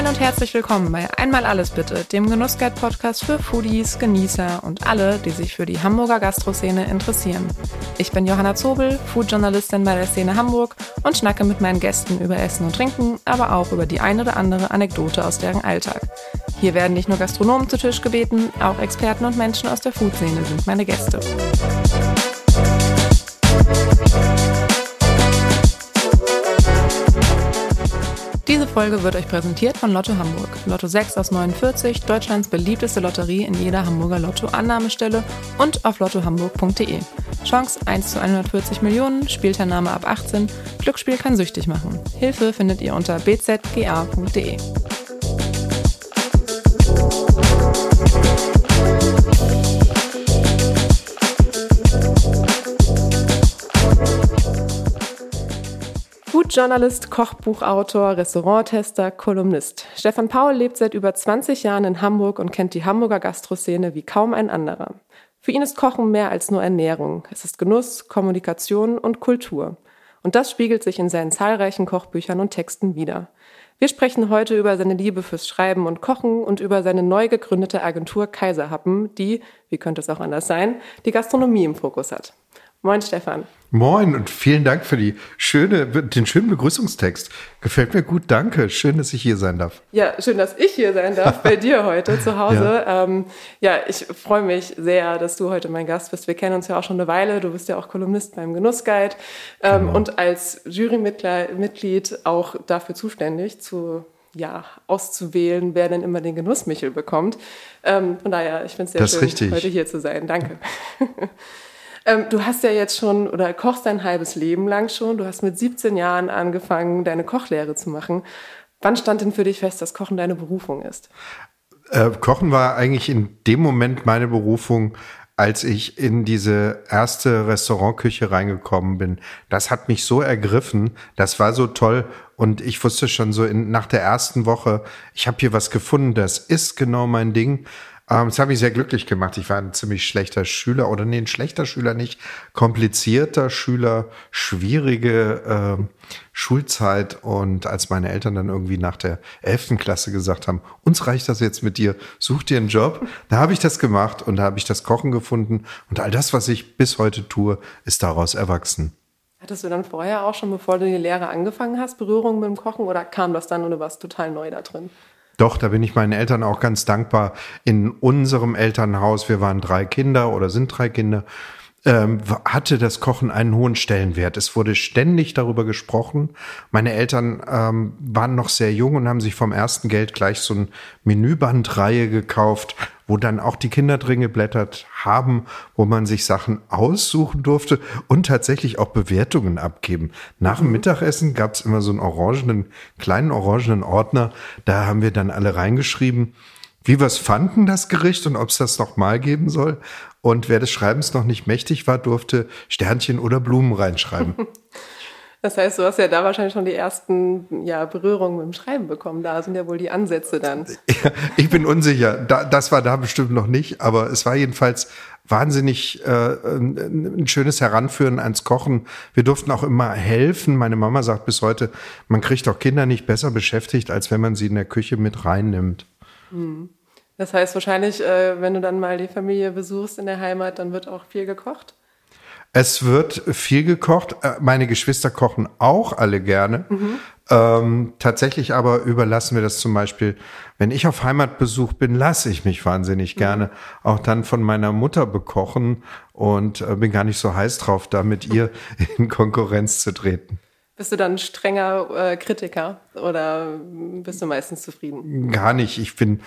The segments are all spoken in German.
und herzlich willkommen bei Einmal alles bitte, dem Genussguide-Podcast für Foodies, Genießer und alle, die sich für die Hamburger Gastroszene interessieren. Ich bin Johanna Zobel, Foodjournalistin bei der Szene Hamburg und schnacke mit meinen Gästen über Essen und Trinken, aber auch über die ein oder andere Anekdote aus deren Alltag. Hier werden nicht nur Gastronomen zu Tisch gebeten, auch Experten und Menschen aus der Foodszene sind meine Gäste. Diese Folge wird euch präsentiert von Lotto Hamburg. Lotto 6 aus 49, Deutschlands beliebteste Lotterie in jeder Hamburger Lotto-Annahmestelle und auf lottohamburg.de. Chance 1 zu 140 Millionen, Spielteilnahme ab 18, Glücksspiel kann süchtig machen. Hilfe findet ihr unter bzga.de. Foodjournalist, Kochbuchautor, Restauranttester, Kolumnist. Stefan Paul lebt seit über 20 Jahren in Hamburg und kennt die Hamburger Gastroszene wie kaum ein anderer. Für ihn ist Kochen mehr als nur Ernährung. Es ist Genuss, Kommunikation und Kultur. Und das spiegelt sich in seinen zahlreichen Kochbüchern und Texten wider. Wir sprechen heute über seine Liebe fürs Schreiben und Kochen und über seine neu gegründete Agentur Kaiserhappen, die, wie könnte es auch anders sein, die Gastronomie im Fokus hat. Moin Stefan. Moin und vielen Dank für den schönen Begrüßungstext. Gefällt mir gut, danke. Schön, dass ich hier sein darf. Ja, schön, dass ich hier sein darf bei dir heute zu Hause. Ich freue mich sehr, dass du heute mein Gast bist. Wir kennen uns ja auch schon eine Weile. Du bist ja auch Kolumnist beim Genussguide und als Jurymitglied auch dafür zuständig, auszuwählen, wer denn immer den Genussmichel bekommt. Von daher, ich finde es sehr schön, heute hier zu sein. Danke. Du hast ja jetzt schon oder kochst dein halbes Leben lang schon. Du hast mit 17 Jahren angefangen, deine Kochlehre zu machen. Wann stand denn für dich fest, dass Kochen deine Berufung ist? Kochen war eigentlich in dem Moment meine Berufung, als ich in diese erste Restaurantküche reingekommen bin. Das hat mich so ergriffen, das war so toll. Und ich wusste schon so nach der ersten Woche, ich habe hier was gefunden, das ist genau mein Ding. Das hat mich sehr glücklich gemacht. Ich war ein ziemlich schlechter Schüler, ein schlechter Schüler nicht, komplizierter Schüler, schwierige Schulzeit. Und als meine Eltern dann irgendwie nach der 11. Klasse gesagt haben, uns reicht das jetzt mit dir, such dir einen Job, da habe ich das gemacht und da habe ich das Kochen gefunden. Und all das, was ich bis heute tue, ist daraus erwachsen. Hattest du dann vorher auch schon, bevor du die Lehre angefangen hast, Berührung mit dem Kochen oder kam das dann und du warst total neu da drin? Doch, da bin ich meinen Eltern auch ganz dankbar. In unserem Elternhaus, wir waren 3 Kinder oder sind 3 Kinder, hatte das Kochen einen hohen Stellenwert. Es wurde ständig darüber gesprochen. Meine Eltern waren noch sehr jung und haben sich vom ersten Geld gleich so eine Menübandreihe gekauft, wo dann auch die Kinder drin geblättert haben, wo man sich Sachen aussuchen durfte und tatsächlich auch Bewertungen abgeben. Nach dem Mittagessen gab es immer so einen kleinen orangenen Ordner. Da haben wir dann alle reingeschrieben, wie wir es fanden, das Gericht, und ob es das noch mal geben soll. Und wer des Schreibens noch nicht mächtig war, durfte Sternchen oder Blumen reinschreiben. Das heißt, du hast ja da wahrscheinlich schon die ersten Berührungen mit dem Schreiben bekommen. Da sind ja wohl die Ansätze dann. Ja, ich bin unsicher. Das war da bestimmt noch nicht. Aber es war jedenfalls wahnsinnig ein schönes Heranführen ans Kochen. Wir durften auch immer helfen. Meine Mama sagt bis heute, man kriegt auch Kinder nicht besser beschäftigt, als wenn man sie in der Küche mit reinnimmt. Das heißt wahrscheinlich, wenn du dann mal die Familie besuchst in der Heimat, dann wird auch viel gekocht? Es wird viel gekocht. Meine Geschwister kochen auch alle gerne. Tatsächlich aber überlassen wir das zum Beispiel, wenn ich auf Heimatbesuch bin, lasse ich mich wahnsinnig gerne auch dann von meiner Mutter bekochen und bin gar nicht so heiß drauf, da mit ihr in Konkurrenz zu treten. Bist du dann strenger Kritiker oder bist du meistens zufrieden? Gar nicht. Ich bin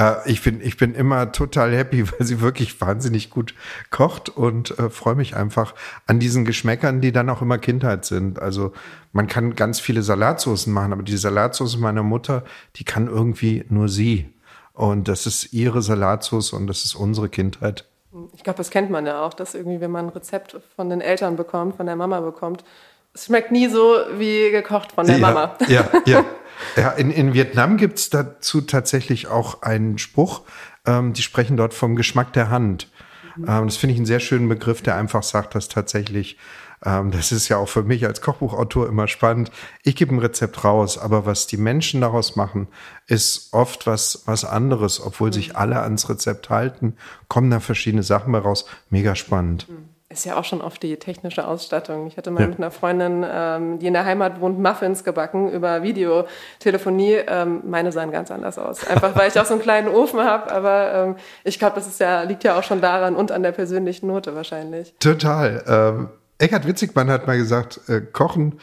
immer total happy, weil sie wirklich wahnsinnig gut kocht und freue mich einfach an diesen Geschmäckern, die dann auch immer Kindheit sind. Also man kann ganz viele Salatsoßen machen, aber die Salatsauce meiner Mutter, die kann irgendwie nur sie. Und das ist ihre Salatsauce und das ist unsere Kindheit. Ich glaube, das kennt man ja auch, dass irgendwie, wenn man ein Rezept von den Eltern bekommt, von der Mama bekommt, es schmeckt nie so wie gekocht von der Mama. Ja, in Vietnam gibt's dazu tatsächlich auch einen Spruch. Die sprechen dort vom Geschmack der Hand. Das finde ich einen sehr schönen Begriff, der einfach sagt, dass tatsächlich Das ist ja auch für mich als Kochbuchautor immer spannend. Ich gebe ein Rezept raus, aber was die Menschen daraus machen, ist oft was anderes. Obwohl sich alle ans Rezept halten, kommen da verschiedene Sachen bei raus. Mega spannend. Ist ja auch schon oft die technische Ausstattung. Ich hatte mal mit einer Freundin, die in der Heimat wohnt, Muffins gebacken über Videotelefonie. Meine sahen ganz anders aus. Einfach, weil ich auch so einen kleinen Ofen habe. Aber ich glaube, das liegt ja auch schon daran und an der persönlichen Note wahrscheinlich. Total. Eckhard Witzigmann hat mal gesagt, Kochen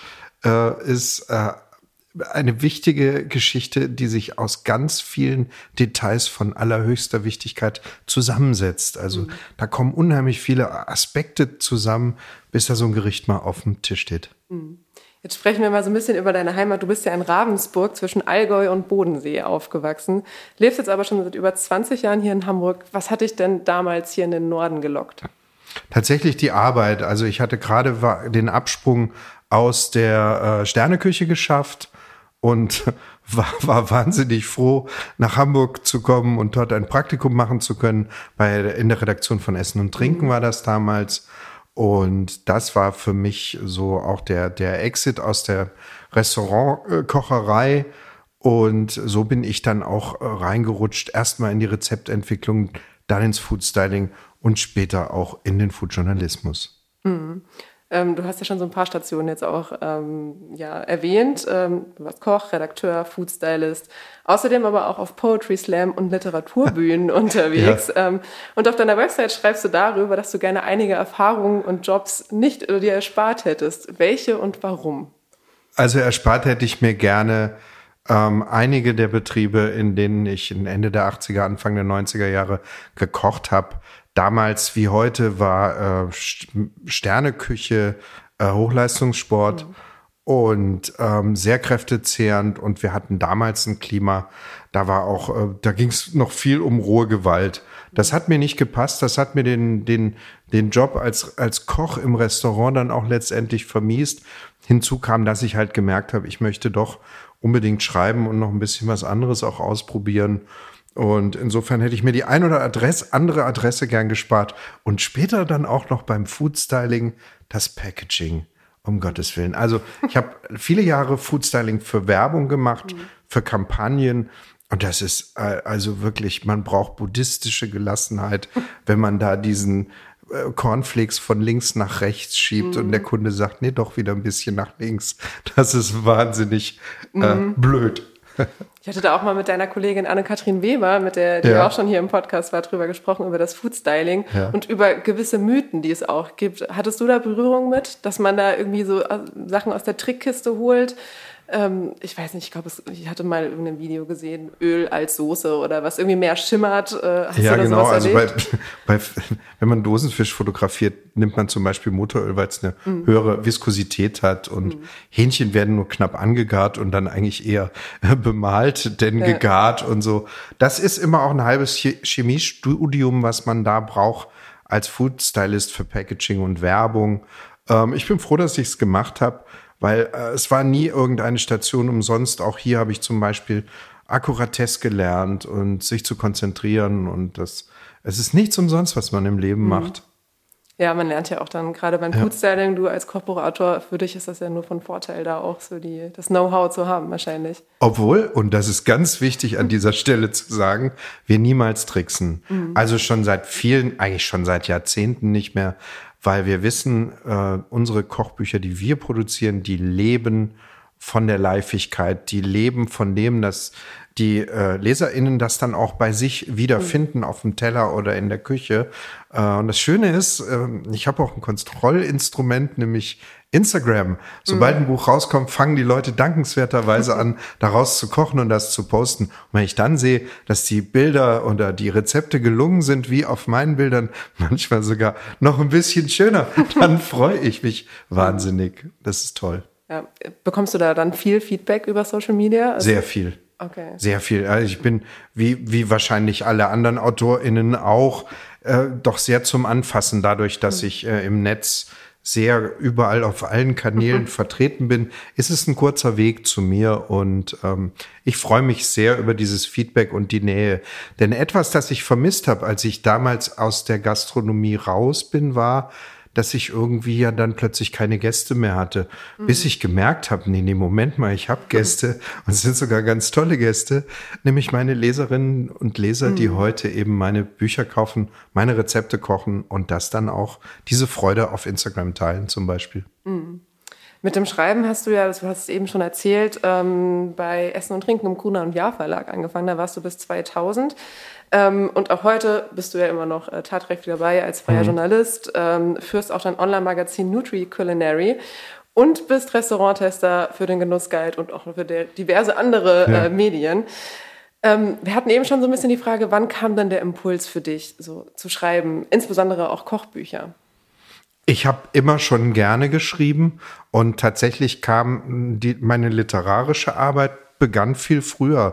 ist eine wichtige Geschichte, die sich aus ganz vielen Details von allerhöchster Wichtigkeit zusammensetzt. Also da kommen unheimlich viele Aspekte zusammen, bis da so ein Gericht mal auf dem Tisch steht. Jetzt sprechen wir mal so ein bisschen über deine Heimat. Du bist ja in Ravensburg zwischen Allgäu und Bodensee aufgewachsen, lebst jetzt aber schon seit über 20 Jahren hier in Hamburg. Was hat dich denn damals hier in den Norden gelockt? Tatsächlich die Arbeit. Also ich hatte gerade den Absprung aus der Sterneküche geschafft und war wahnsinnig froh, nach Hamburg zu kommen und dort ein Praktikum machen zu können. In der Redaktion von Essen und Trinken war das damals. Und das war für mich so auch der Exit aus der Restaurantkocherei. Und so bin ich dann auch reingerutscht, erstmal in die Rezeptentwicklung, dann ins Foodstyling und später auch in den Foodjournalismus. Du hast ja schon so ein paar Stationen jetzt auch erwähnt. Du warst Koch, Redakteur, Foodstylist, außerdem aber auch auf Poetry Slam und Literaturbühnen unterwegs. Ja. Und auf deiner Website schreibst du darüber, dass du gerne einige Erfahrungen und Jobs nicht dir erspart hättest. Welche und warum? Also erspart hätte ich mir gerne einige der Betriebe, in denen ich Ende der 80er, Anfang der 90er Jahre gekocht habe. Damals wie heute war Sterneküche, Hochleistungssport und sehr kräftezehrend. Und wir hatten damals ein Klima, da ging es noch viel um rohe Gewalt. Das hat mir nicht gepasst. Das hat mir den Job als Koch im Restaurant dann auch letztendlich vermiest. Hinzu kam, dass ich halt gemerkt habe, ich möchte doch unbedingt schreiben und noch ein bisschen was anderes auch ausprobieren. Und insofern hätte ich mir die ein oder andere Adresse gern gespart. Und später dann auch noch beim Foodstyling das Packaging, um Gottes Willen. Also ich habe viele Jahre Foodstyling für Werbung gemacht, für Kampagnen. Und das ist also wirklich, man braucht buddhistische Gelassenheit, wenn man da diesen Cornflakes von links nach rechts schiebt und der Kunde sagt, nee, doch wieder ein bisschen nach links. Das ist wahnsinnig blöd. Ich hatte da auch mal mit deiner Kollegin Anne-Kathrin Weber, mit der die auch schon hier im Podcast war, drüber gesprochen, über das Foodstyling und über gewisse Mythen, die es auch gibt. Hattest du da Berührung mit, dass man da irgendwie so Sachen aus der Trickkiste holt? Ich weiß nicht, ich glaube, ich hatte mal irgendein Video gesehen, Öl als Soße oder was irgendwie mehr schimmert. Hast ja, du da genau. sowas Also wenn man Dosenfisch fotografiert, nimmt man zum Beispiel Motoröl, weil es eine höhere Viskosität hat und Hähnchen werden nur knapp angegart und dann eigentlich eher bemalt, denn gegart und so. Das ist immer auch ein halbes Chemiestudium, was man da braucht als Foodstylist für Packaging und Werbung. Ich bin froh, dass ich es gemacht habe, weil es war nie irgendeine Station umsonst. Auch hier habe ich zum Beispiel Akkuratesse gelernt und sich zu konzentrieren. Und es ist nichts umsonst, was man im Leben macht. Ja, man lernt ja auch dann gerade beim Foodstyling, du als Kochbuchautor, für dich ist das ja nur von Vorteil, da auch so das Know-how zu haben wahrscheinlich. Obwohl, und das ist ganz wichtig an dieser Stelle zu sagen, wir niemals tricksen. Also eigentlich schon seit Jahrzehnten nicht mehr, weil wir wissen, unsere Kochbücher, die wir produzieren, die leben von der Leifigkeit, die leben von dem, dass die LeserInnen das dann auch bei sich wiederfinden auf dem Teller oder in der Küche. Und das Schöne ist, ich habe auch ein Kontrollinstrument, nämlich Instagram. Sobald ein Buch rauskommt, fangen die Leute dankenswerterweise an, daraus zu kochen und das zu posten. Und wenn ich dann sehe, dass die Bilder oder die Rezepte gelungen sind, wie auf meinen Bildern, manchmal sogar noch ein bisschen schöner, dann freue ich mich wahnsinnig. Das ist toll. Ja. Bekommst du da dann viel Feedback über Social Media? Also sehr viel. Okay. Sehr viel. Also ich bin, wie wahrscheinlich alle anderen AutorInnen auch, doch sehr zum Anfassen dadurch, dass ich im Netz sehr überall auf allen Kanälen vertreten bin, ist es ein kurzer Weg zu mir und ich freue mich sehr über dieses Feedback und die Nähe. Denn etwas, das ich vermisst habe, als ich damals aus der Gastronomie raus bin, war, dass ich irgendwie ja dann plötzlich keine Gäste mehr hatte, bis ich gemerkt habe, nee, Moment mal, ich habe Gäste und es sind sogar ganz tolle Gäste, nämlich meine Leserinnen und Leser, die heute eben meine Bücher kaufen, meine Rezepte kochen und das dann auch diese Freude auf Instagram teilen zum Beispiel. Mit dem Schreiben hast du ja, du hast es eben schon erzählt, bei Essen und Trinken im Gruner und Jahr Verlag angefangen. Da warst du bis 2000. Und auch heute bist du ja immer noch tatkräftig dabei als freier Journalist, führst auch dein Online-Magazin Nutri Culinary und bist Restauranttester für den Genussguide und auch für diverse andere Medien. Wir hatten eben schon so ein bisschen die Frage, wann kam denn der Impuls für dich, so zu schreiben, insbesondere auch Kochbücher? Ich habe immer schon gerne geschrieben und tatsächlich kam meine literarische Arbeit begann viel früher.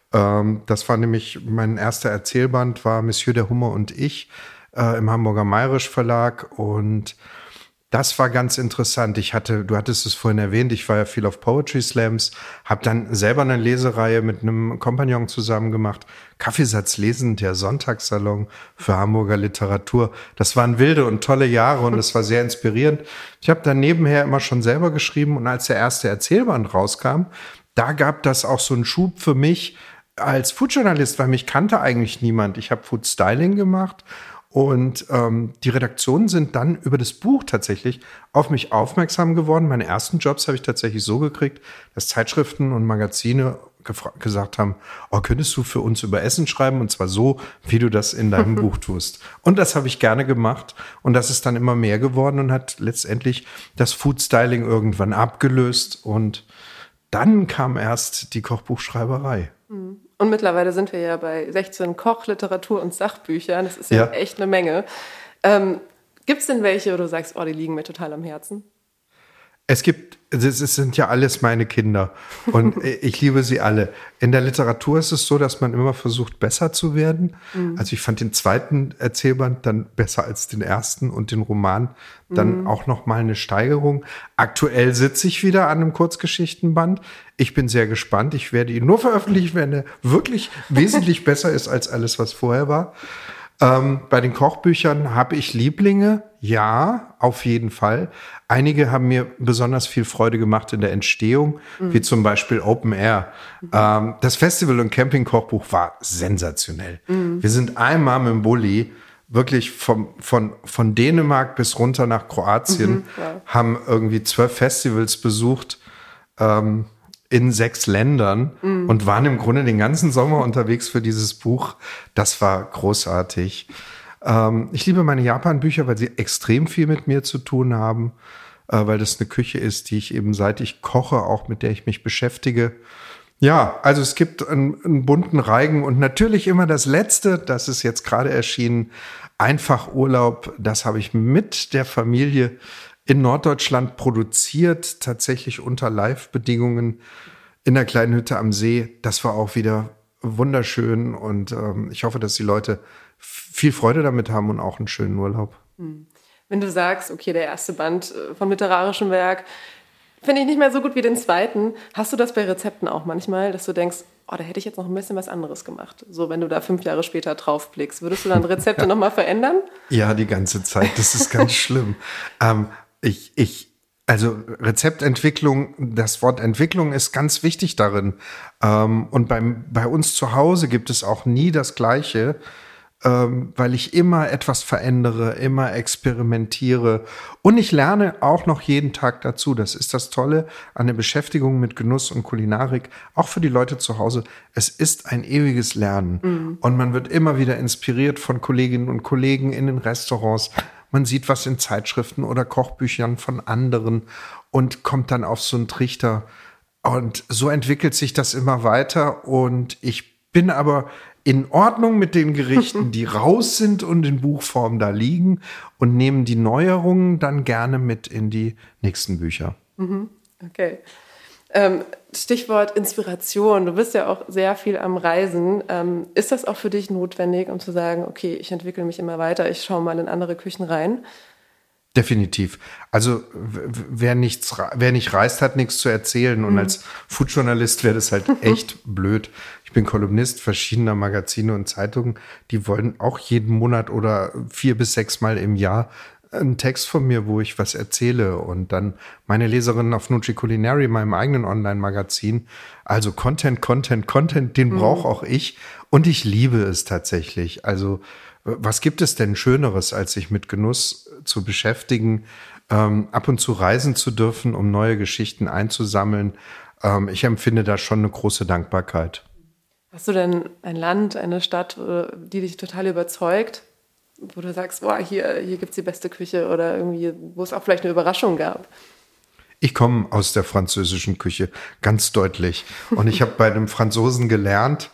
Das war nämlich, mein erster Erzählband war Monsieur der Hummer und ich im Hamburger Mayrisch Verlag und das war ganz interessant. Du hattest es vorhin erwähnt, ich war ja viel auf Poetry Slams, habe dann selber eine Lesereihe mit einem Kompagnon zusammen gemacht. Kaffeesatz lesen, der Sonntagssalon für Hamburger Literatur. Das waren wilde und tolle Jahre und es war sehr inspirierend. Ich habe dann nebenher immer schon selber geschrieben und als der erste Erzählband rauskam, da gab das auch so einen Schub für mich als Foodjournalist, weil mich kannte eigentlich niemand. Ich habe Food Styling gemacht. Und die Redaktionen sind dann über das Buch tatsächlich auf mich aufmerksam geworden. Meine ersten Jobs habe ich tatsächlich so gekriegt, dass Zeitschriften und Magazine gesagt haben, oh, könntest du für uns über Essen schreiben? Und zwar so, wie du das in deinem Buch tust. Und das habe ich gerne gemacht. Und das ist dann immer mehr geworden und hat letztendlich das Food Styling irgendwann abgelöst. Und dann kam erst die Kochbuchschreiberei. Und mittlerweile sind wir ja bei 16 Koch-, Literatur- und Sachbüchern. Das ist ja echt eine Menge. Gibt es denn welche, wo du sagst, oh, die liegen mir total am Herzen? Es sind ja alles meine Kinder und ich liebe sie alle. In der Literatur ist es so, dass man immer versucht, besser zu werden. Also ich fand den zweiten Erzählband dann besser als den ersten und den Roman dann auch noch mal eine Steigerung. Aktuell sitze ich wieder an einem Kurzgeschichtenband. Ich bin sehr gespannt. Ich werde ihn nur veröffentlichen, wenn er wirklich wesentlich besser ist als alles, was vorher war. Bei den Kochbüchern habe ich Lieblinge, ja, auf jeden Fall. Einige haben mir besonders viel Freude gemacht in der Entstehung, wie zum Beispiel Open Air. Das Festival- und Camping-Kochbuch war sensationell. Wir sind einmal mit dem Bulli wirklich von Dänemark bis runter nach Kroatien, haben irgendwie 12 Festivals besucht, in 6 Ländern und waren im Grunde den ganzen Sommer unterwegs für dieses Buch. Das war großartig. Ich liebe meine Japan-Bücher, weil sie extrem viel mit mir zu tun haben, weil das eine Küche ist, die ich eben seit ich koche, auch mit der ich mich beschäftige. Ja, also es gibt einen bunten Reigen und natürlich immer das Letzte, das ist jetzt gerade erschienen, Einfach Urlaub. Das habe ich mit der Familie in Norddeutschland produziert, tatsächlich unter Live-Bedingungen in der kleinen Hütte am See. Das war auch wieder wunderschön und ich hoffe, dass die Leute viel Freude damit haben und auch einen schönen Urlaub. Wenn du sagst, okay, der erste Band vom literarischen Werk finde ich nicht mehr so gut wie den zweiten, hast du das bei Rezepten auch manchmal, dass du denkst, oh, da hätte ich jetzt noch ein bisschen was anderes gemacht. So, wenn du da 5 Jahre später drauf blickst, würdest du dann Rezepte nochmal verändern? Ja, die ganze Zeit. Das ist ganz schlimm. Also Rezeptentwicklung, das Wort Entwicklung ist ganz wichtig darin. Und bei uns zu Hause gibt es auch nie das Gleiche, weil ich immer etwas verändere, immer experimentiere. Und ich lerne auch noch jeden Tag dazu. Das ist das Tolle an der Beschäftigung mit Genuss und Kulinarik, auch für die Leute zu Hause. Es ist ein ewiges Lernen. Und man wird immer wieder inspiriert von Kolleginnen und Kollegen in den Restaurants. Man sieht was in Zeitschriften oder Kochbüchern von anderen und kommt dann auf so einen Trichter. Und so entwickelt sich das immer weiter. Und ich bin aber in Ordnung mit den Gerichten, die raus sind und in Buchform da liegen und nehmen die Neuerungen dann gerne mit in die nächsten Bücher. Okay. Stichwort Inspiration. Du bist ja auch sehr viel am Reisen. Ist das auch für dich notwendig, um zu sagen, okay, ich entwickle mich immer weiter, ich schaue mal in andere Küchen rein? Definitiv. Also wer nicht reist, hat nichts zu erzählen. Und als Foodjournalist wäre das halt echt blöd. Ich bin Kolumnist verschiedener Magazine und Zeitungen. Die wollen auch jeden Monat oder 4 bis 6 Mal im Jahr einen Text von mir, wo ich was erzähle und dann meine Leserinnen auf Nucci Culinary, meinem eigenen Online-Magazin. Also Content, den brauche auch ich und ich liebe es tatsächlich. Also was gibt es denn Schöneres, als sich mit Genuss zu beschäftigen, ab und zu reisen zu dürfen, um neue Geschichten einzusammeln? Ich empfinde da schon eine große Dankbarkeit. Hast du denn ein Land, eine Stadt, die dich total überzeugt, wo du sagst, boah, hier gibt es die beste Küche oder irgendwie, wo es auch vielleicht eine Überraschung gab? Ich komme aus der französischen Küche, ganz deutlich. Und ich habe bei einem Franzosen gelernt,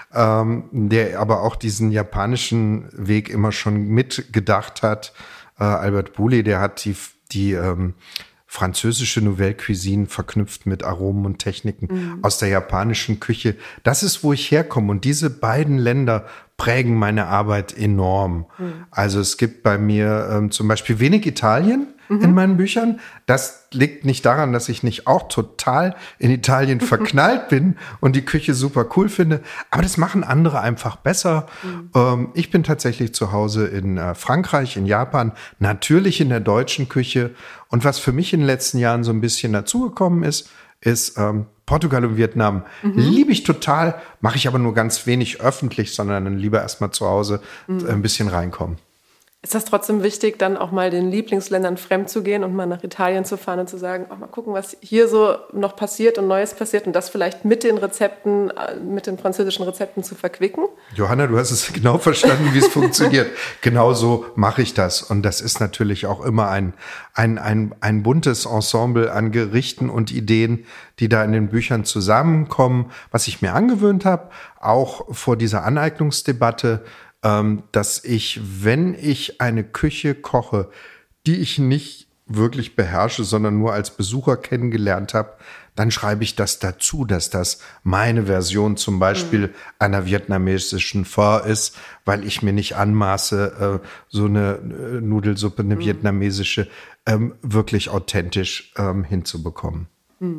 der aber auch diesen japanischen Weg immer schon mitgedacht hat. Albert Bouley, der hat die französische Nouvelle Cuisine verknüpft mit Aromen und Techniken aus der japanischen Küche. Das ist, wo ich herkomme. Und diese beiden Länder prägen meine Arbeit enorm. Also es gibt bei mir zum Beispiel wenig Italien in meinen Büchern. Das liegt nicht daran, dass ich nicht auch total in Italien verknallt bin und die Küche super cool finde. Aber das machen andere einfach besser. Ich bin tatsächlich zu Hause in Frankreich, in Japan, natürlich in der deutschen Küche. Und was für mich in den letzten Jahren so ein bisschen dazugekommen ist Portugal und Vietnam. Liebe ich total, mache ich aber nur ganz wenig öffentlich, sondern dann lieber erstmal zu Hause ein bisschen reinkommen. Ist das trotzdem wichtig, dann auch mal den Lieblingsländern fremd zu gehen und mal nach Italien zu fahren und zu sagen, mal gucken, was hier so noch passiert und Neues passiert und das vielleicht mit den Rezepten, mit den französischen Rezepten zu verquicken? Johanna, du hast es genau verstanden, wie es funktioniert. Genau so mache ich das. Und das ist natürlich auch immer ein buntes Ensemble an Gerichten und Ideen, die da in den Büchern zusammenkommen. Was ich mir angewöhnt habe, auch vor dieser Aneignungsdebatte, dass ich, wenn ich eine Küche koche, die ich nicht wirklich beherrsche, sondern nur als Besucher kennengelernt habe, dann schreibe ich das dazu, dass das meine Version zum Beispiel einer vietnamesischen Pho ist, weil ich mir nicht anmaße, so eine Nudelsuppe, eine vietnamesische, wirklich authentisch hinzubekommen.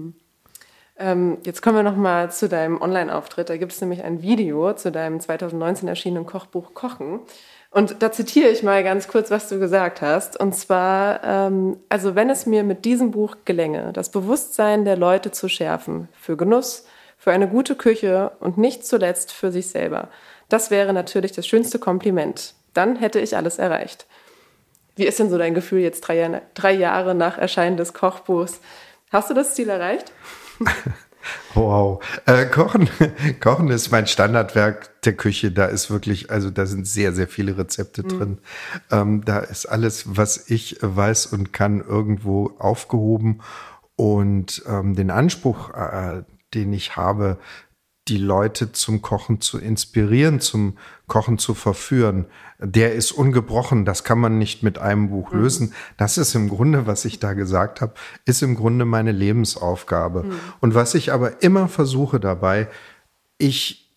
Jetzt kommen wir noch mal zu deinem Online-Auftritt. Da gibt es nämlich ein Video zu deinem 2019 erschienenen Kochbuch Kochen. Und da zitiere ich mal ganz kurz, was du gesagt hast. Und zwar, also wenn es mir mit diesem Buch gelänge, das Bewusstsein der Leute zu schärfen, für Genuss, für eine gute Küche und nicht zuletzt für sich selber, das wäre natürlich das schönste Kompliment. Dann hätte ich alles erreicht. Wie ist denn so dein Gefühl jetzt 3 Jahre nach Erscheinen des Kochbuchs? Hast du das Ziel erreicht? Wow. Kochen ist mein Standardwerk der Küche. Da ist wirklich, also da sind sehr, sehr viele Rezepte drin. Da ist alles, was ich weiß und kann, irgendwo aufgehoben. Und den Anspruch, den ich habe, die Leute zum Kochen zu inspirieren, zum Kochen zu verführen, der ist ungebrochen. Das kann man nicht mit einem Buch lösen. Das ist im Grunde, was ich da gesagt habe, ist im Grunde meine Lebensaufgabe. Und was ich aber immer versuche dabei, ich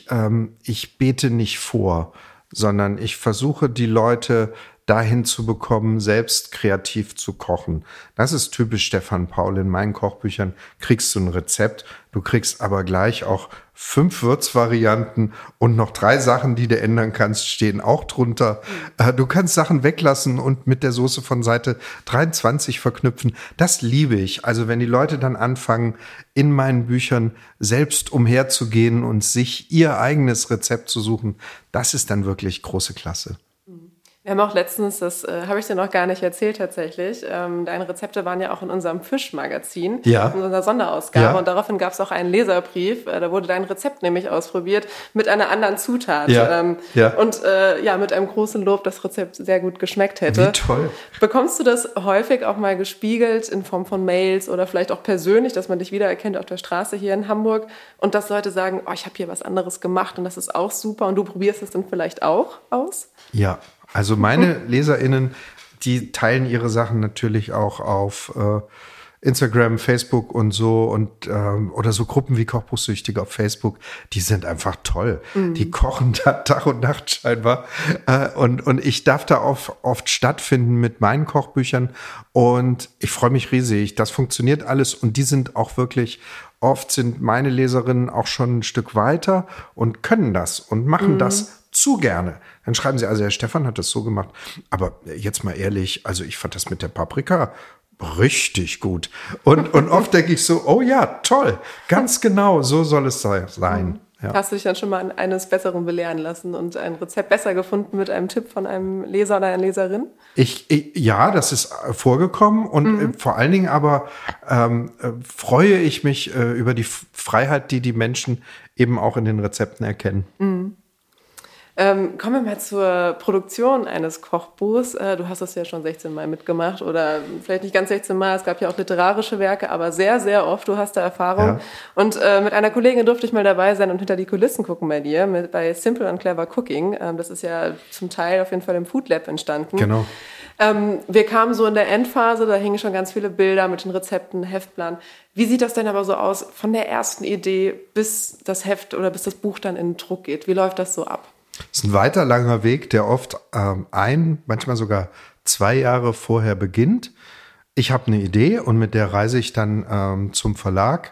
bete nicht vor, sondern ich versuche die Leute dahin zu bekommen, selbst kreativ zu kochen. Das ist typisch Stefan Paul. In meinen Kochbüchern kriegst du ein Rezept, du kriegst aber gleich auch 5 Würzvarianten und noch 3 Sachen, die du ändern kannst, stehen auch drunter. Du kannst Sachen weglassen und mit der Soße von Seite 23 verknüpfen. Das liebe ich. Also wenn die Leute dann anfangen, in meinen Büchern selbst umherzugehen und sich ihr eigenes Rezept zu suchen, das ist dann wirklich große Klasse. Wir haben auch letztens, das habe ich dir noch gar nicht erzählt tatsächlich, deine Rezepte waren ja auch in unserem Fischmagazin, in unserer Sonderausgabe. Ja. Und daraufhin gab es auch einen Leserbrief, da wurde dein Rezept nämlich ausprobiert mit einer anderen Zutat. Und mit einem großen Lob, das Rezept sehr gut geschmeckt hätte. Wie toll. Bekommst du das häufig auch mal gespiegelt in Form von Mails oder vielleicht auch persönlich, dass man dich wiedererkennt auf der Straße hier in Hamburg und dass Leute sagen, oh, ich habe hier was anderes gemacht und das ist auch super und du probierst es dann vielleicht auch aus? Ja. Also meine LeserInnen, die teilen ihre Sachen natürlich auch auf Instagram, Facebook und so und oder so Gruppen wie Kochbuchsüchtige auf Facebook, die sind einfach toll. Die kochen da Tag und Nacht scheinbar. Und ich darf da oft stattfinden mit meinen Kochbüchern und ich freue mich riesig. Das funktioniert alles und die sind auch wirklich, oft sind meine Leserinnen auch schon ein Stück weiter und können das und machen das zu gerne. Dann schreiben sie, also Herr Stefan hat das so gemacht. Aber jetzt mal ehrlich, also ich fand das mit der Paprika richtig gut. Und oft denke ich so, oh ja, toll, ganz genau, so soll es sein. Ja. Hast du dich dann schon mal eines Besseren belehren lassen und ein Rezept besser gefunden mit einem Tipp von einem Leser oder einer Leserin? Ja, das ist vorgekommen und vor allen Dingen aber freue ich mich über die Freiheit, die Menschen eben auch in den Rezepten erkennen. Kommen wir mal zur Produktion eines Kochbuchs. Du hast das ja schon 16 Mal mitgemacht oder vielleicht nicht ganz 16 Mal. Es gab ja auch literarische Werke, aber sehr, sehr oft. Du hast da Erfahrung. Ja. Und mit einer Kollegin durfte ich mal dabei sein und hinter die Kulissen gucken bei dir, bei Simple and Clever Cooking. Das ist ja zum Teil auf jeden Fall im Food Lab entstanden. Genau. Wir kamen so in der Endphase, da hingen schon ganz viele Bilder mit den Rezepten, Heftplan. Wie sieht das denn aber so aus von der ersten Idee bis das Heft oder bis das Buch dann in den Druck geht? Wie läuft das so ab? Es ist ein weiter langer Weg, der oft manchmal sogar 2 Jahre vorher beginnt. Ich habe eine Idee und mit der reise ich dann zum Verlag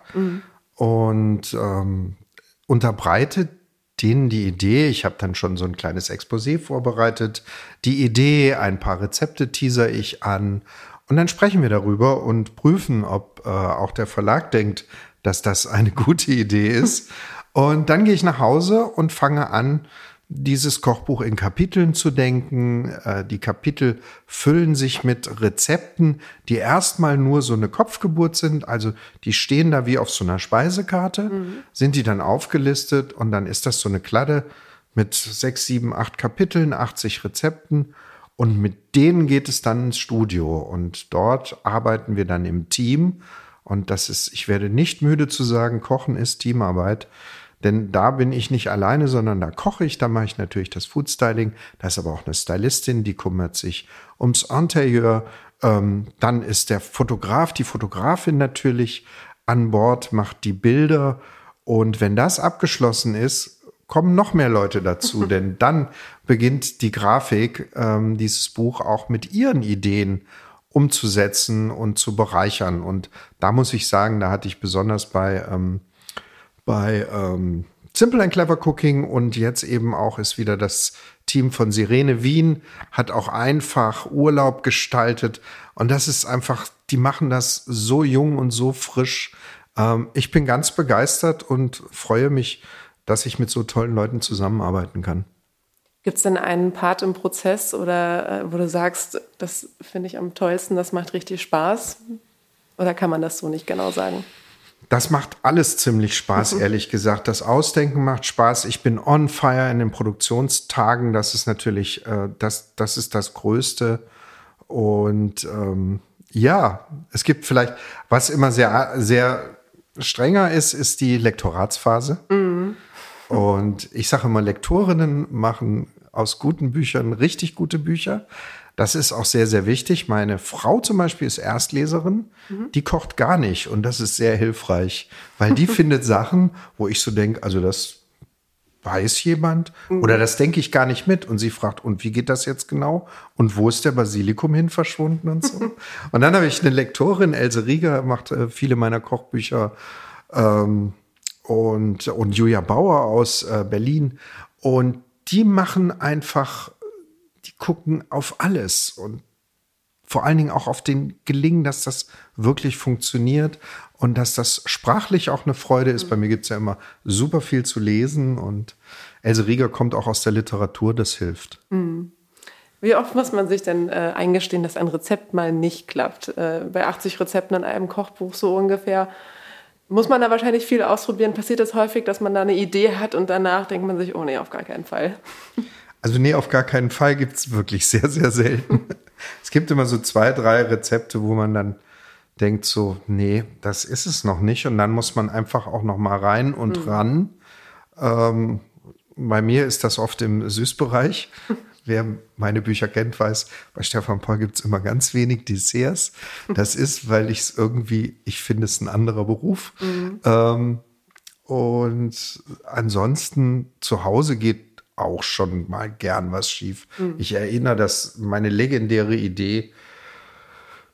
und unterbreite denen die Idee. Ich habe dann schon so ein kleines Exposé vorbereitet. Die Idee, ein paar Rezepte teaser ich an und dann sprechen wir darüber und prüfen, ob auch der Verlag denkt, dass das eine gute Idee ist. Und dann gehe ich nach Hause und fange an, dieses Kochbuch in Kapiteln zu denken. Die Kapitel füllen sich mit Rezepten, die erstmal nur so eine Kopfgeburt sind. Also die stehen da wie auf so einer Speisekarte, sind die dann aufgelistet und dann ist das so eine Kladde mit 6, 7, 8 Kapiteln, 80 Rezepten. Und mit denen geht es dann ins Studio und dort arbeiten wir dann im Team. Und das ist, ich werde nicht müde zu sagen, Kochen ist Teamarbeit. Denn da bin ich nicht alleine, sondern da koche ich, da mache ich natürlich das Foodstyling. Da ist aber auch eine Stylistin, die kümmert sich ums Interieur. Dann ist der Fotograf, die Fotografin natürlich an Bord, macht die Bilder. Und wenn das abgeschlossen ist, kommen noch mehr Leute dazu. Denn dann beginnt die Grafik, dieses Buch auch mit ihren Ideen umzusetzen und zu bereichern. Und da muss ich sagen, da hatte ich besonders bei Simple and Clever Cooking und jetzt eben auch ist wieder das Team von Sirene Wien, hat auch einfach Urlaub gestaltet und das ist einfach, die machen das so jung und so frisch. Ich bin ganz begeistert und freue mich, dass ich mit so tollen Leuten zusammenarbeiten kann. Gibt es denn einen Part im Prozess oder wo du sagst, das finde ich am tollsten, das macht richtig Spaß? Oder kann man das so nicht genau sagen? Das macht alles ziemlich Spaß, ehrlich gesagt. Das Ausdenken macht Spaß. Ich bin on fire in den Produktionstagen. Das ist natürlich, das ist das Größte. Und ja, es gibt vielleicht, was immer sehr, sehr strenger ist die Lektoratsphase. Und ich sage immer, Lektorinnen machen aus guten Büchern richtig gute Bücher. Das ist auch sehr, sehr wichtig. Meine Frau zum Beispiel ist Erstleserin, die kocht gar nicht und das ist sehr hilfreich, weil die findet Sachen, wo ich so denke, also das weiß jemand oder das denke ich gar nicht mit und sie fragt, und wie geht das jetzt genau und wo ist der Basilikum hin verschwunden und so. Und dann habe ich eine Lektorin, Else Rieger, macht viele meiner Kochbücher und Julia Bauer aus Berlin und die machen einfach, die gucken auf alles und vor allen Dingen auch auf den Gelingen, dass das wirklich funktioniert und dass das sprachlich auch eine Freude ist. Bei mir gibt es ja immer super viel zu lesen und Else Rieger kommt auch aus der Literatur, das hilft. Wie oft muss man sich denn eingestehen, dass ein Rezept mal nicht klappt? Bei 80 Rezepten in einem Kochbuch so ungefähr. Muss man da wahrscheinlich viel ausprobieren? Passiert es häufig, dass man da eine Idee hat und danach denkt man sich, oh nee, auf gar keinen Fall? Also nee, auf gar keinen Fall, gibt es wirklich sehr, sehr selten. Es gibt immer so 2, 3 Rezepte, wo man dann denkt so, nee, das ist es noch nicht. Und dann muss man einfach auch noch mal rein und ran. Bei mir ist das oft im Süßbereich. Wer meine Bücher kennt, weiß, bei Stefan Poll gibt es immer ganz wenig Desserts. Das ist, weil ich finde es ein anderer Beruf. Und ansonsten zu Hause geht auch schon mal gern was schief. Ich erinnere, dass meine legendäre Idee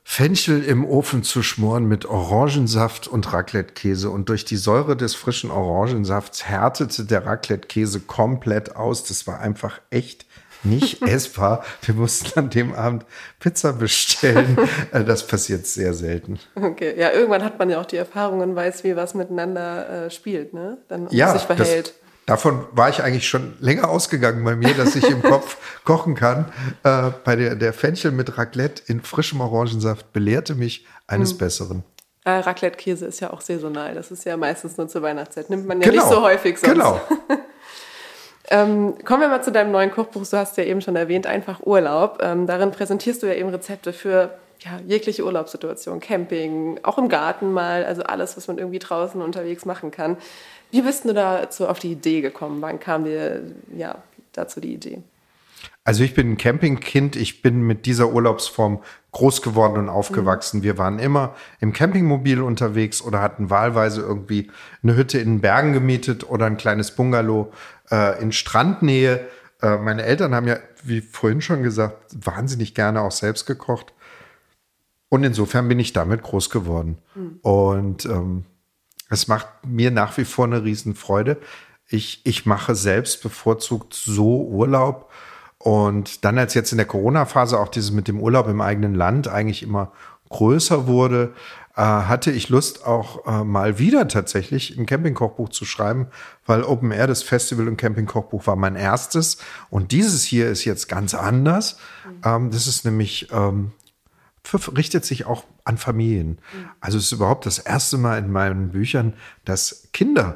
Fenchel im Ofen zu schmoren mit Orangensaft und Raclette-Käse. Und durch die Säure des frischen Orangensafts härtete der Raclette-Käse komplett aus. Das war einfach echt nicht essbar. Wir mussten an dem Abend Pizza bestellen. Das passiert sehr selten. Okay, ja, irgendwann hat man ja auch die Erfahrung und weiß, wie was miteinander spielt, ne? Dann Ja, sich verhält. Davon war ich eigentlich schon länger ausgegangen bei mir, dass ich im Kopf kochen kann. Bei der Fenchel mit Raclette in frischem Orangensaft belehrte mich eines Besseren. Raclette-Käse ist ja auch saisonal. Das ist ja meistens nur zur Weihnachtszeit. Nimmt man ja nicht so häufig sonst. Genau. Kommen wir mal zu deinem neuen Kochbuch. Du hast ja eben schon erwähnt, einfach Urlaub. Darin präsentierst du ja eben Rezepte für jegliche Urlaubssituation. Camping, auch im Garten mal. Also alles, was man irgendwie draußen unterwegs machen kann. Wie bist du dazu auf die Idee gekommen? Wann kam dir dazu die Idee? Also ich bin ein Campingkind. Ich bin mit dieser Urlaubsform groß geworden und aufgewachsen. Wir waren immer im Campingmobil unterwegs oder hatten wahlweise irgendwie eine Hütte in den Bergen gemietet oder ein kleines Bungalow in Strandnähe. Meine Eltern haben ja, wie vorhin schon gesagt, wahnsinnig gerne auch selbst gekocht. Und insofern bin ich damit groß geworden. Und es macht mir nach wie vor eine Riesenfreude. Ich mache selbst bevorzugt so Urlaub. Und dann, als jetzt in der Corona-Phase auch dieses mit dem Urlaub im eigenen Land eigentlich immer größer wurde, hatte ich Lust, auch mal wieder tatsächlich ein Campingkochbuch zu schreiben, weil Open Air, das Festival und Campingkochbuch, war mein erstes. Und dieses hier ist jetzt ganz anders. Das ist nämlich richtet sich auch an Familien. Also es ist überhaupt das erste Mal in meinen Büchern, dass Kinder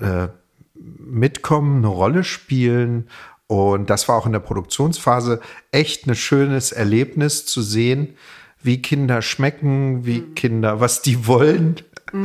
mitkommen, eine Rolle spielen. Und das war auch in der Produktionsphase echt ein schönes Erlebnis zu sehen, wie Kinder schmecken, wie Kinder, was die wollen,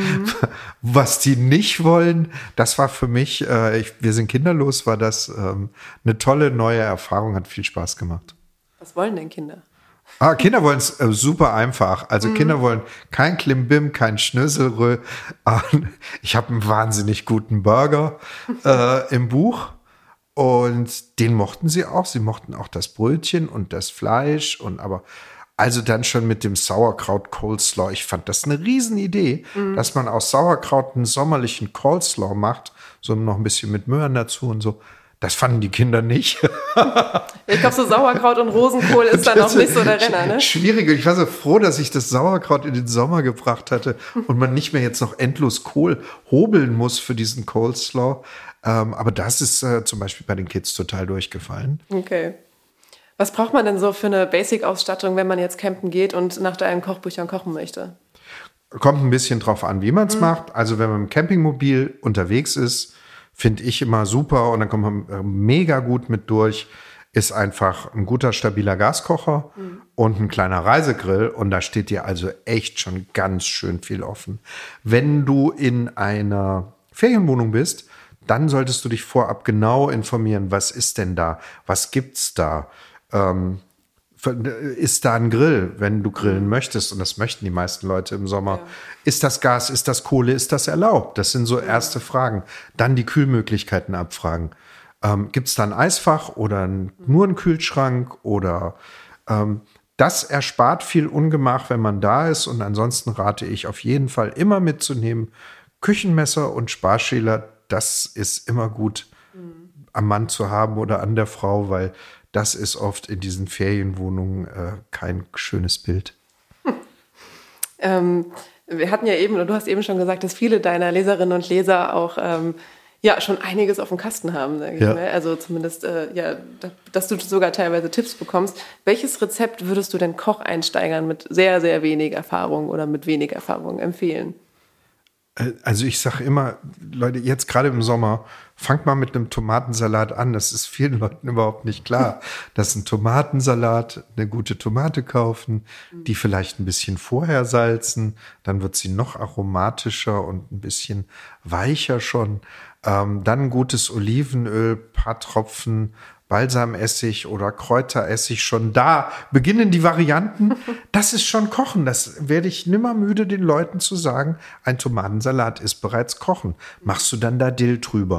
was die nicht wollen. Das war für mich, wir sind kinderlos, war das eine tolle neue Erfahrung, hat viel Spaß gemacht. Was wollen denn Kinder? Kinder wollen es super einfach. Also Kinder wollen kein Klimbim, kein Schnöselrö. Ich habe einen wahnsinnig guten Burger im Buch und den mochten sie auch. Sie mochten auch das Brötchen und das Fleisch also dann schon mit dem Sauerkraut Coleslaw. Ich fand das eine Riesenidee, dass man aus Sauerkraut einen sommerlichen Coleslaw macht, so noch ein bisschen mit Möhren dazu und so. Das fanden die Kinder nicht. Ich glaube, so Sauerkraut und Rosenkohl ist dann auch nicht so der Renner, ne? Schwierig. Ich war so froh, dass ich das Sauerkraut in den Sommer gebracht hatte und man nicht mehr jetzt noch endlos Kohl hobeln muss für diesen Coleslaw. Aber das ist zum Beispiel bei den Kids total durchgefallen. Okay. Was braucht man denn so für eine Basic-Ausstattung, wenn man jetzt campen geht und nach deinen Kochbüchern kochen möchte? Kommt ein bisschen drauf an, wie man es macht. Also wenn man im Campingmobil unterwegs ist, finde ich immer super und dann kommt man mega gut mit durch, ist einfach ein guter, stabiler Gaskocher und ein kleiner Reisegrill und da steht dir also echt schon ganz schön viel offen. Wenn du in einer Ferienwohnung bist, dann solltest du dich vorab genau informieren, was ist denn da, was gibt's da, ist da ein Grill, wenn du grillen möchtest und das möchten die meisten Leute im Sommer. Ja. Ist das Gas, ist das Kohle, ist das erlaubt? Das sind so erste Fragen. Dann die Kühlmöglichkeiten abfragen. Gibt es da ein Eisfach oder nur einen Kühlschrank? Oder das erspart viel Ungemach, wenn man da ist. Und ansonsten rate ich auf jeden Fall immer mitzunehmen. Küchenmesser und Sparschäler, das ist immer gut am Mann zu haben oder an der Frau, weil das ist oft in diesen Ferienwohnungen kein schönes Bild. Wir hatten ja eben, oder du hast eben schon gesagt, dass viele deiner Leserinnen und Leser auch schon einiges auf dem Kasten haben, sage ich mal. Also zumindest, dass du sogar teilweise Tipps bekommst. Welches Rezept würdest du denn Kocheinsteigern mit sehr, sehr wenig Erfahrung oder mit wenig Erfahrung empfehlen? Also ich sage immer, Leute, jetzt gerade im Sommer, fangt mal mit einem Tomatensalat an. Das ist vielen Leuten überhaupt nicht klar. Das ist ein Tomatensalat, eine gute Tomate kaufen, die vielleicht ein bisschen vorher salzen. Dann wird sie noch aromatischer und ein bisschen weicher schon. Dann ein gutes Olivenöl, paar Tropfen Balsamessig oder Kräuteressig, schon da beginnen die Varianten. Das ist schon Kochen. Das werde ich nimmer müde, den Leuten zu sagen. Ein Tomatensalat ist bereits Kochen. Machst du dann da Dill drüber?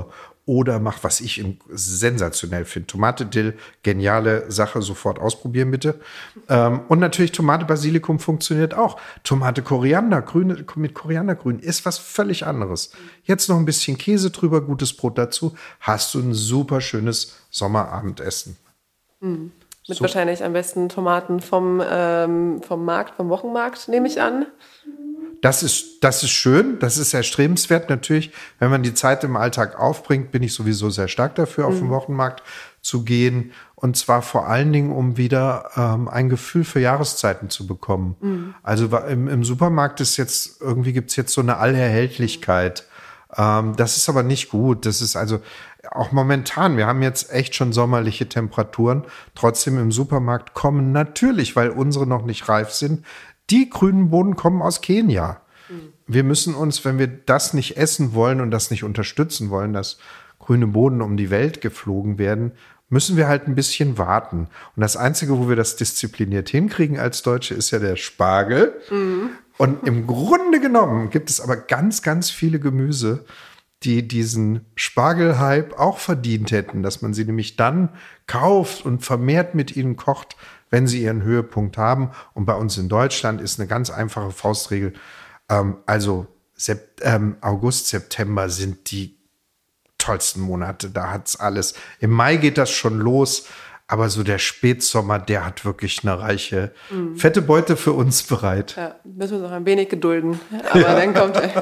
oder mach, was ich sensationell finde. Tomate, Dill, geniale Sache, sofort ausprobieren bitte. Und natürlich Tomate, Basilikum funktioniert auch. Tomate, Koriander, grüne, mit Koriandergrün ist was völlig anderes. Jetzt noch ein bisschen Käse drüber, gutes Brot dazu, hast du ein super schönes Sommerabendessen. Mit so. Wahrscheinlich am besten Tomaten vom Markt, vom Wochenmarkt, nehme ich an. Das ist schön, das ist erstrebenswert. Natürlich, wenn man die Zeit im Alltag aufbringt, bin ich sowieso sehr stark dafür, auf den Wochenmarkt zu gehen. Und zwar vor allen Dingen, um wieder ein Gefühl für Jahreszeiten zu bekommen. Also im Supermarkt ist jetzt, irgendwie gibt's jetzt so eine Allerhältlichkeit. Das ist aber nicht gut. Das ist also auch momentan, wir haben jetzt echt schon sommerliche Temperaturen. Trotzdem im Supermarkt kommen natürlich, weil unsere noch nicht reif sind, die grünen Bohnen kommen aus Kenia. Wir müssen uns, wenn wir das nicht essen wollen und das nicht unterstützen wollen, dass grüne Bohnen um die Welt geflogen werden, müssen wir halt ein bisschen warten. Und das Einzige, wo wir das diszipliniert hinkriegen als Deutsche, ist ja der Spargel. Und im Grunde genommen gibt es aber ganz, ganz viele Gemüse, die diesen Spargelhype auch verdient hätten, dass man sie nämlich dann kauft und vermehrt mit ihnen kocht, wenn sie ihren Höhepunkt haben. Und bei uns in Deutschland ist eine ganz einfache Faustregel. August, September sind die tollsten Monate. Da hat's alles. Im Mai geht das schon los. Aber so der Spätsommer, der hat wirklich eine reiche, fette Beute für uns bereit. Ja, müssen wir uns noch ein wenig gedulden. Aber dann kommt er.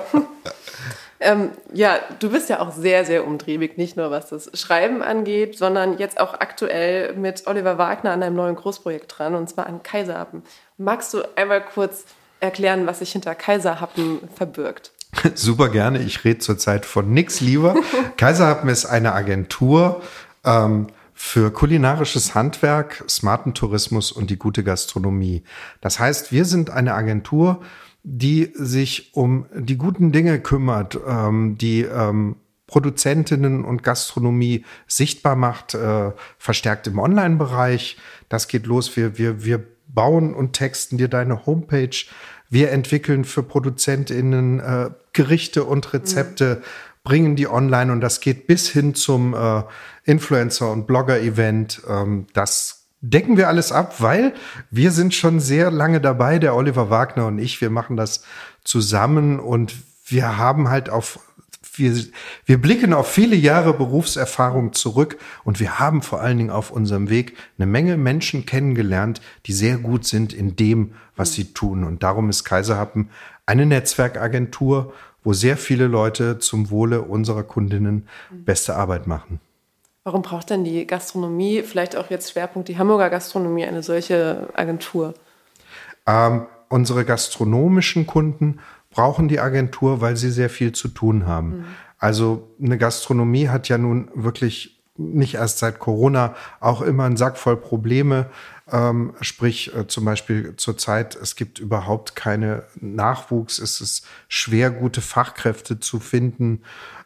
Du bist ja auch sehr, sehr umtriebig, nicht nur was das Schreiben angeht, sondern jetzt auch aktuell mit Oliver Wagner an einem neuen Großprojekt dran, und zwar an Kaiserhappen. Magst du einmal kurz erklären, was sich hinter Kaiserhappen verbirgt? Super gerne, ich rede zurzeit von nix lieber. Kaiserhappen ist eine Agentur für kulinarisches Handwerk, smarten Tourismus und die gute Gastronomie. Das heißt, wir sind eine Agentur, die sich um die guten Dinge kümmert, die Produzentinnen und Gastronomie sichtbar macht, verstärkt im Online-Bereich. Das geht los. Wir bauen und texten dir deine Homepage. Wir entwickeln für ProduzentInnen Gerichte und Rezepte, bringen die online, und das geht bis hin zum Influencer- und Blogger-Event. Das decken wir alles ab, weil wir sind schon sehr lange dabei, der Oliver Wagner und ich. Wir machen das zusammen, und wir haben halt wir blicken auf viele Jahre Berufserfahrung zurück, und wir haben vor allen Dingen auf unserem Weg eine Menge Menschen kennengelernt, die sehr gut sind in dem, was sie tun. Und darum ist Kaiserhappen eine Netzwerkagentur, wo sehr viele Leute zum Wohle unserer Kundinnen beste Arbeit machen. Warum braucht denn die Gastronomie, vielleicht auch jetzt Schwerpunkt die Hamburger Gastronomie, eine solche Agentur? Unsere gastronomischen Kunden brauchen die Agentur, weil sie sehr viel zu tun haben. Also eine Gastronomie hat ja nun wirklich nicht erst seit Corona auch immer einen Sack voll Probleme. Sprich zum Beispiel zurzeit, es gibt überhaupt keine Nachwuchs. Es ist schwer, gute Fachkräfte zu finden.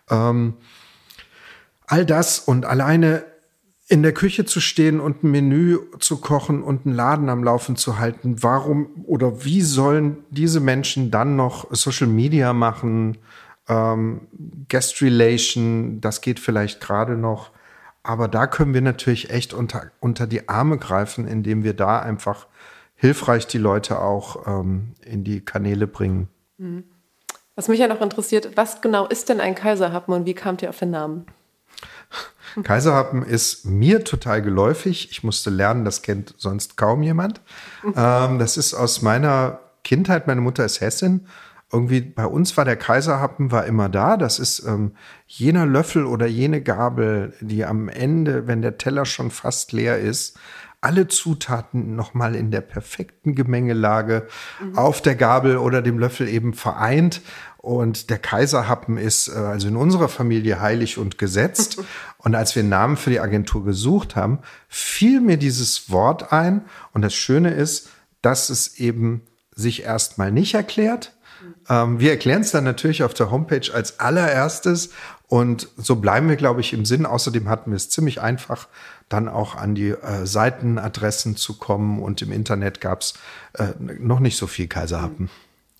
All das und alleine in der Küche zu stehen und ein Menü zu kochen und einen Laden am Laufen zu halten, warum oder wie sollen diese Menschen dann noch Social Media machen, Guest Relation, das geht vielleicht gerade noch, aber da können wir natürlich echt unter die Arme greifen, indem wir da einfach hilfreich die Leute auch in die Kanäle bringen. Was mich ja noch interessiert, was genau ist denn ein Kaiserhappen und wie kamt ihr auf den Namen? Kaiserhappen ist mir total geläufig. Ich musste lernen, das kennt sonst kaum jemand. Das ist aus meiner Kindheit. Meine Mutter ist Hessin. Irgendwie bei uns war der Kaiserhappen war immer da. Das ist jener Löffel oder jene Gabel, die am Ende, wenn der Teller schon fast leer ist, alle Zutaten nochmal in der perfekten Gemengelage auf der Gabel oder dem Löffel eben vereint. Und der Kaiserhappen ist also in unserer Familie heilig und gesetzt. Und als wir einen Namen für die Agentur gesucht haben, fiel mir dieses Wort ein. Und das Schöne ist, dass es eben sich erstmal nicht erklärt. Wir erklären es dann natürlich auf der Homepage als allererstes. Und so bleiben wir, glaube ich, im Sinn. Außerdem hatten wir es ziemlich einfach, dann auch an die Seitenadressen zu kommen. Und im Internet gab es noch nicht so viel Kaiserhappen.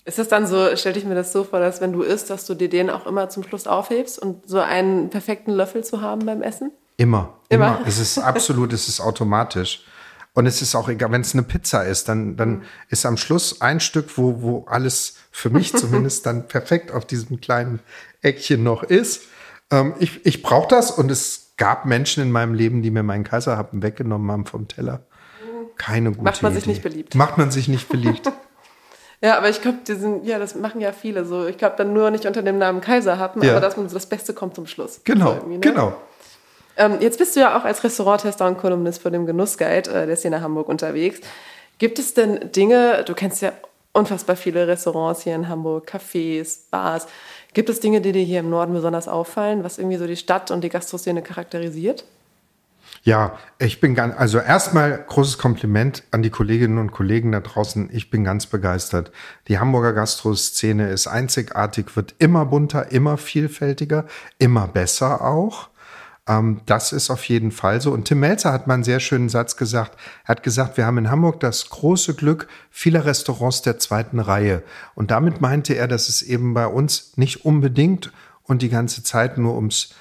Ist das dann so, stell dich mir das so vor, dass wenn du isst, dass du dir den auch immer zum Schluss aufhebst und so einen perfekten Löffel zu haben beim Essen? Immer. Es ist absolut, es ist automatisch. Und es ist auch egal, wenn es eine Pizza ist, dann ist am Schluss ein Stück, wo alles für mich zumindest dann perfekt auf diesem kleinen Eckchen noch ist. Ich brauche das, und es gab Menschen in meinem Leben, die mir meinen Kaiserhappen weggenommen haben vom Teller. Keine gute Idee. Macht man sich nicht beliebt. Macht man sich nicht beliebt. Ja, aber ich glaube, das machen ja viele so. Ich glaube dann nur nicht unter dem Namen Kaiserhappen, aber dass man so das Beste kommt zum Schluss. Genau, so genau. Jetzt bist du ja auch als Restauranttester und Kolumnist für den Genussguide der Szene Hamburg unterwegs. Gibt es denn Dinge, du kennst ja unfassbar viele Restaurants hier in Hamburg, Cafés, Bars. Gibt es Dinge, die dir hier im Norden besonders auffallen, was irgendwie so die Stadt und die Gastroszene charakterisiert? Ja, also erstmal großes Kompliment an die Kolleginnen und Kollegen da draußen. Ich bin ganz begeistert. Die Hamburger Gastroszene ist einzigartig, wird immer bunter, immer vielfältiger, immer besser auch. Das ist auf jeden Fall so. Und Tim Mälzer hat mal einen sehr schönen Satz gesagt. Er hat gesagt, wir haben in Hamburg das große Glück vieler Restaurants der zweiten Reihe. Und damit meinte er, dass es eben bei uns nicht unbedingt und die ganze Zeit nur ums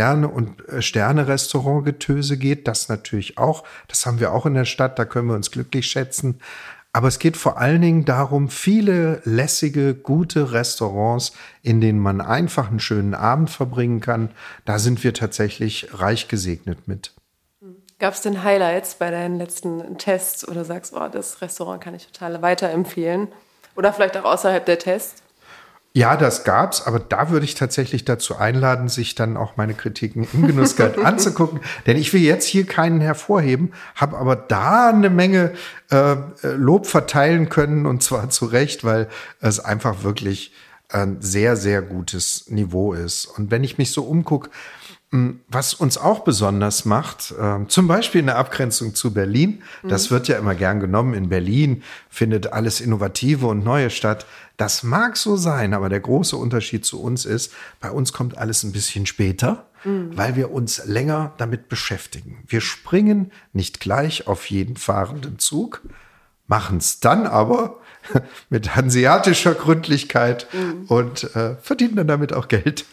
Sterne-Restaurant-Getöse geht. Das natürlich auch. Das haben wir auch in der Stadt. Da können wir uns glücklich schätzen. Aber es geht vor allen Dingen darum, viele lässige, gute Restaurants, in denen man einfach einen schönen Abend verbringen kann. Da sind wir tatsächlich reich gesegnet mit. Gab es denn Highlights bei deinen letzten Tests, oder sagst, das Restaurant kann ich total weiterempfehlen? Oder vielleicht auch außerhalb der Tests? Ja, das gab's, aber da würde ich tatsächlich dazu einladen, sich dann auch meine Kritiken im Genussguide anzugucken. Denn ich will jetzt hier keinen hervorheben, habe aber da eine Menge Lob verteilen können, und zwar zu Recht, weil es einfach wirklich ein sehr, sehr gutes Niveau ist. Und wenn ich mich so umgucke, was uns auch besonders macht, zum Beispiel in der Abgrenzung zu Berlin, das wird ja immer gern genommen, in Berlin findet alles Innovative und Neue statt. Das mag so sein, aber der große Unterschied zu uns ist, bei uns kommt alles ein bisschen später, weil wir uns länger damit beschäftigen. Wir springen nicht gleich auf jeden fahrenden Zug, machen es dann aber mit hanseatischer Gründlichkeit und verdienen dann damit auch Geld.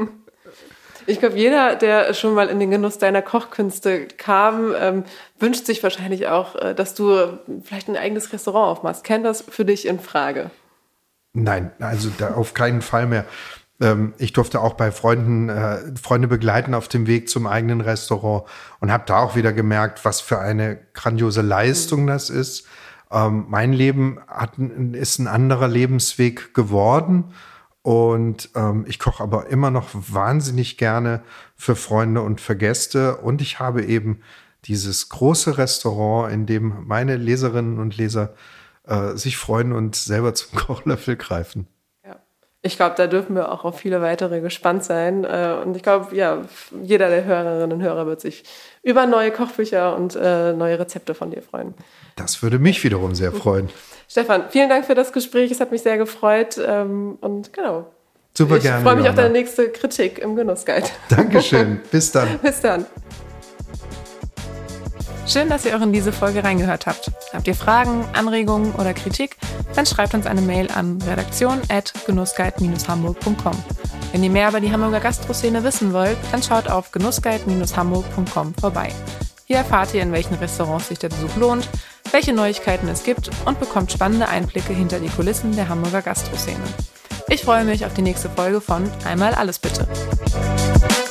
Ich glaube, jeder, der schon mal in den Genuss deiner Kochkünste kam, wünscht sich wahrscheinlich auch, dass du vielleicht ein eigenes Restaurant aufmachst. Käme das für dich in Frage? Nein, also da auf keinen Fall mehr. Ich durfte auch bei Freunde begleiten auf dem Weg zum eigenen Restaurant und habe da auch wieder gemerkt, was für eine grandiose Leistung das ist. Mein Leben ist ein anderer Lebensweg geworden. Und ich koche aber immer noch wahnsinnig gerne für Freunde und für Gäste. Und ich habe eben dieses große Restaurant, in dem meine Leserinnen und Leser sich freuen und selber zum Kochlöffel greifen. Ja. Ich glaube, da dürfen wir auch auf viele weitere gespannt sein. Und ich glaube, ja, jeder der Hörerinnen und Hörer wird sich über neue Kochbücher und neue Rezepte von dir freuen. Das würde mich wiederum sehr freuen. Stefan, vielen Dank für das Gespräch. Es hat mich sehr gefreut. Und genau. Super gerne. Ich freue mich auf deine nächste Kritik im Genussguide. Dankeschön. Bis dann. Bis dann. Schön, dass ihr auch in diese Folge reingehört habt. Habt ihr Fragen, Anregungen oder Kritik? Dann schreibt uns eine Mail an redaktion@genussguide-hamburg.com. Wenn ihr mehr über die Hamburger Gastroszene wissen wollt, dann schaut auf genussguide-hamburg.com vorbei. Hier erfahrt ihr, in welchen Restaurants sich der Besuch lohnt, welche Neuigkeiten es gibt und bekommt spannende Einblicke hinter die Kulissen der Hamburger Gastroszene. Ich freue mich auf die nächste Folge von Einmal alles bitte.